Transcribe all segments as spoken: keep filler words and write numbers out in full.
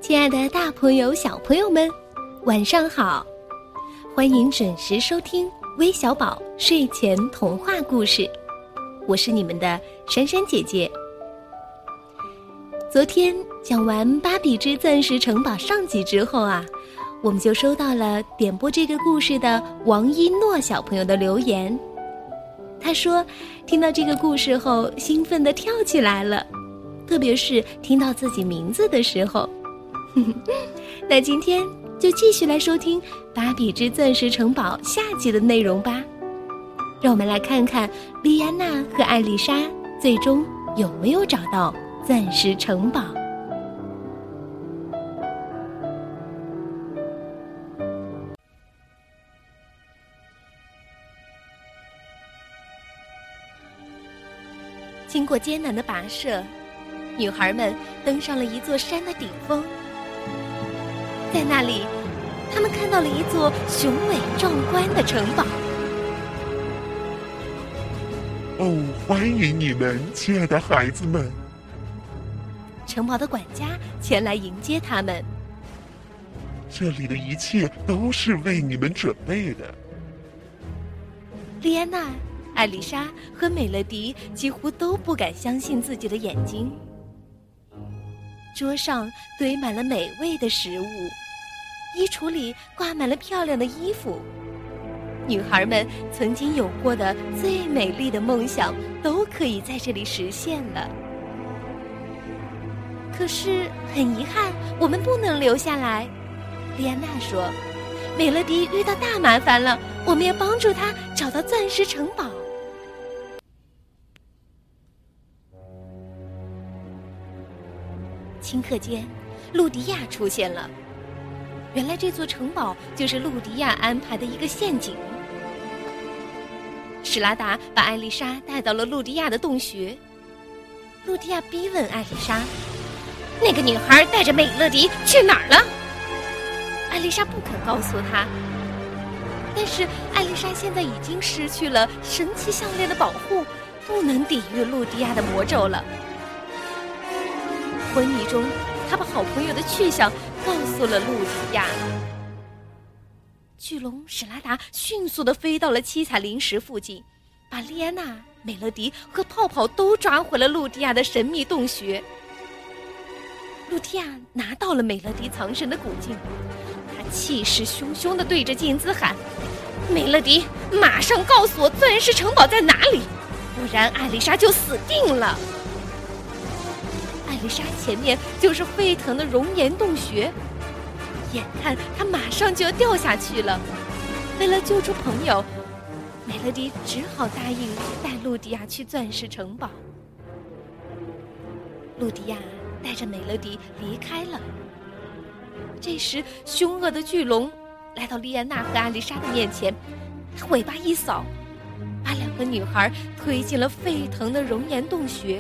亲爱的大朋友小朋友们，晚上好，欢迎准时收听微小宝睡前童话故事，我是你们的珊珊姐姐。昨天讲完《芭比之钻石城堡》上集之后啊，我们就收到了点播这个故事的王一诺小朋友的留言。他说听到这个故事后兴奋地跳起来了，特别是听到自己名字的时候。那今天就继续来收听《芭比之钻石城堡》下集的内容吧。让我们来看看莉安娜和艾丽莎最终有没有找到钻石城堡。经过艰难的跋涉，女孩们登上了一座山的顶峰。在那里，他们看到了一座雄伟壮观的城堡。 哦，欢迎你们，亲爱的孩子们！ 城堡的管家前来迎接他们。 这里的一切都是为你们准备的。 莉安娜、艾丽莎和美乐迪几乎都不敢相信自己的眼睛。桌上堆满了美味的食物，衣橱里挂满了漂亮的衣服，女孩们曾经有过的最美丽的梦想都可以在这里实现了。可是很遗憾，我们不能留下来。莉安娜说，美乐迪遇到大麻烦了，我们要帮助她找到钻石城堡。顷刻间，路迪亚出现了。原来这座城堡就是路迪亚安排的一个陷阱。史拉达把艾丽莎带到了路迪亚的洞穴。路迪亚逼问艾丽莎，那个女孩带着美乐迪去哪儿了？艾丽莎不肯告诉她。但是艾丽莎现在已经失去了神奇项链的保护，不能抵御路迪亚的魔咒了。昏迷中，他把好朋友的去向告诉了路迪亚。巨龙史拉达迅速地飞到了七彩灵石附近，把莉安娜、美乐迪和泡泡都抓回了路迪亚的神秘洞穴。路迪亚拿到了美乐迪藏身的古镜，他气势汹汹地对着镜子喊，美乐迪，马上告诉我钻石城堡在哪里，不然艾丽莎就死定了。艾丽莎前面就是沸腾的熔岩洞穴，眼看她马上就要掉下去了。为了救出朋友，美乐迪只好答应带路迪亚去钻石城堡。路迪亚带着美乐迪离开了。这时凶恶的巨龙来到莉安娜和艾丽莎的面前，他尾巴一扫，把两个女孩推进了沸腾的熔岩洞穴。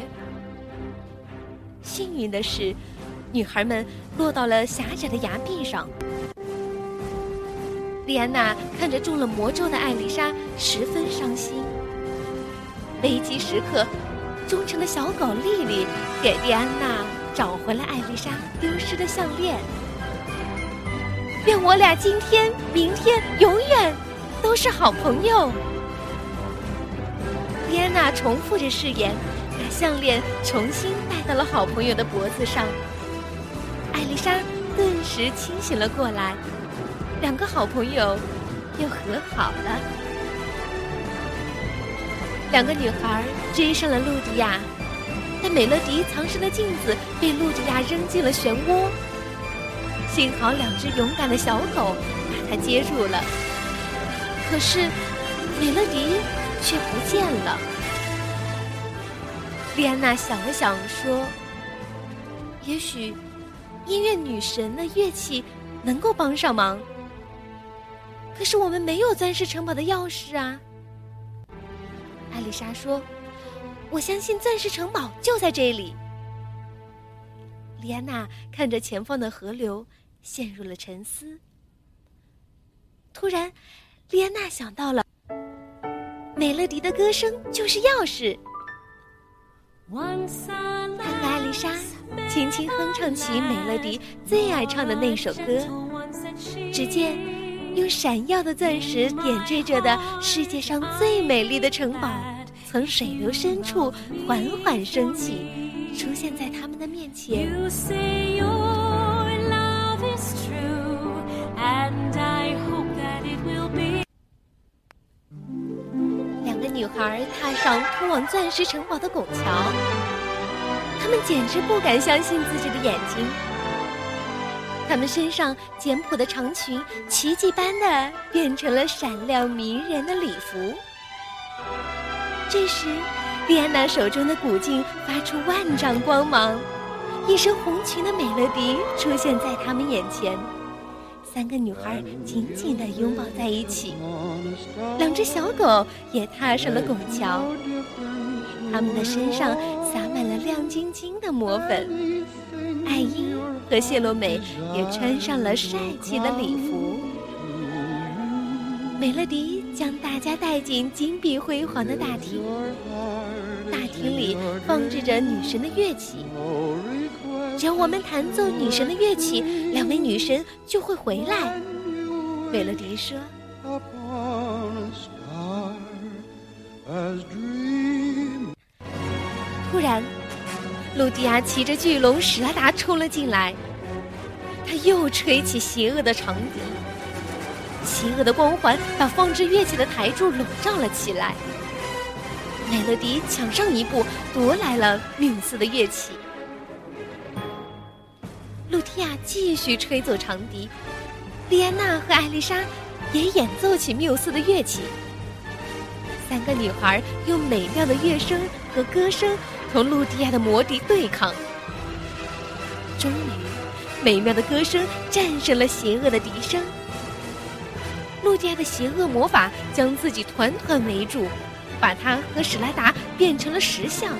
幸运的是，女孩们落到了狭窄的崖壁上。莉安娜看着中了魔咒的艾丽莎，十分伤心。危机时刻，忠诚的小狗莉莉给莉安娜找回了艾丽莎丢失的项链。愿我俩今天、明天、永远都是好朋友。莉安娜重复着誓言，把项链重新戴到了好朋友的脖子上。艾丽莎顿时清醒了过来，两个好朋友又和好了。两个女孩追上了路迪亚，但美乐迪藏身的镜子被路迪亚扔进了漩涡。幸好两只勇敢的小狗把它接住了，可是美乐迪却不见了。莉安娜想了想说，也许音乐女神的乐器能够帮上忙，可是我们没有钻石城堡的钥匙啊。艾丽莎说，我相信钻石城堡就在这里。莉安娜看着前方的河流，陷入了沉思。突然，莉安娜想到了，美乐迪的歌声就是钥匙。她和艾丽莎轻轻哼唱起美乐迪最爱唱的那首歌。只见用闪耀的钻石点缀着的世界上最美丽的城堡，从水流深处缓缓升起，出现在他们的面前。You say your love is true, and I hope that it will be。 两个女孩踏上通往钻石城堡的拱桥，她们简直不敢相信自己的眼睛。她们身上简朴的长裙奇迹般的变成了闪亮迷人的礼服。这时莉安娜手中的古镜发出万丈光芒，一身红裙的美乐迪出现在她们眼前。三个女孩紧紧地拥抱在一起，两只小狗也踏上了拱桥，它们的身上洒满了亮晶晶的魔粉。艾茵和谢洛美也穿上了帅气的礼服。美乐迪将大家带进金碧辉煌的大厅，大厅里放置着女神的乐器，只要我们弹奏女神的乐器，两位女神就会回来。美乐迪说。突然，露蒂亚骑着巨龙史拉达冲了进来，他又吹起邪恶的长笛，邪恶的光环把放置乐器的台柱笼罩了起来。美乐迪抢上一步，夺来了缪斯的乐器。露蒂亚继续吹奏长笛，莉安娜和艾丽莎也演奏起缪斯的乐器。三个女孩用美妙的乐声和歌声同露蒂亚的魔笛对抗。终于，美妙的歌声战胜了邪恶的笛声。露蒂亚的邪恶魔法将自己团团围住，把她和史拉达变成了石像。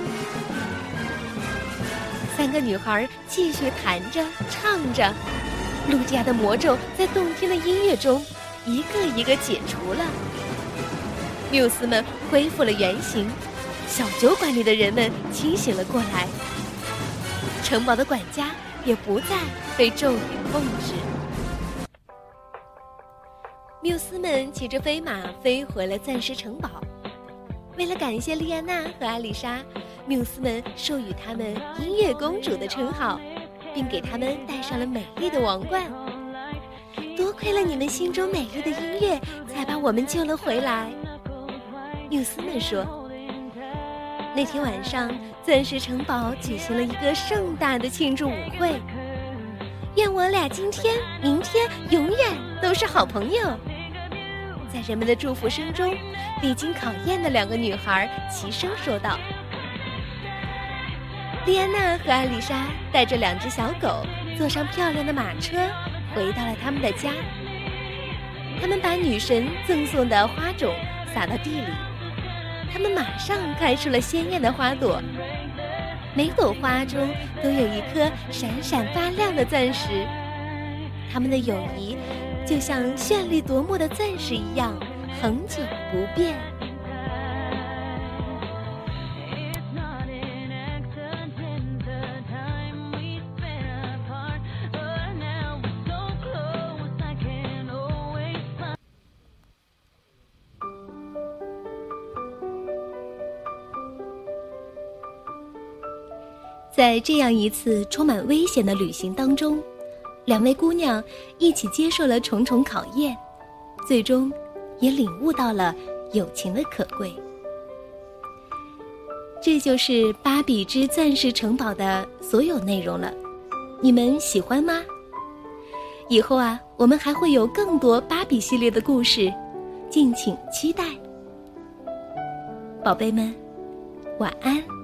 三个女孩继续弹着唱着，露蒂亚的魔咒在动听的音乐中一个一个解除了。缪斯们恢复了原形，小酒馆里的人们清醒了过来，城堡的管家也不再被咒语控制。缪斯们骑着飞马飞回了钻石城堡。为了感谢莉安娜和艾丽莎，缪斯们授予他们音乐公主的称号，并给他们戴上了美丽的王冠。多亏了你们心中美丽的音乐，才把我们救了回来。缪斯们说。那天晚上，钻石城堡举行了一个盛大的庆祝舞会。愿我俩今天、明天永远都是好朋友。在人们的祝福声中，历经考验的两个女孩齐声说道。莉安娜和艾丽莎带着两只小狗，坐上漂亮的马车，回到了他们的家。他们把女神赠送的花种撒到地里，他们马上开出了鲜艳的花朵，每朵花中都有一颗闪闪发亮的钻石。他们的友谊就像绚丽夺目的钻石一样，恒久不变。在这样一次充满危险的旅行当中，两位姑娘一起接受了重重考验，最终也领悟到了友情的可贵。这就是《芭比之钻石城堡》的所有内容了，你们喜欢吗？以后啊，我们还会有更多芭比系列的故事，敬请期待。宝贝们，晚安。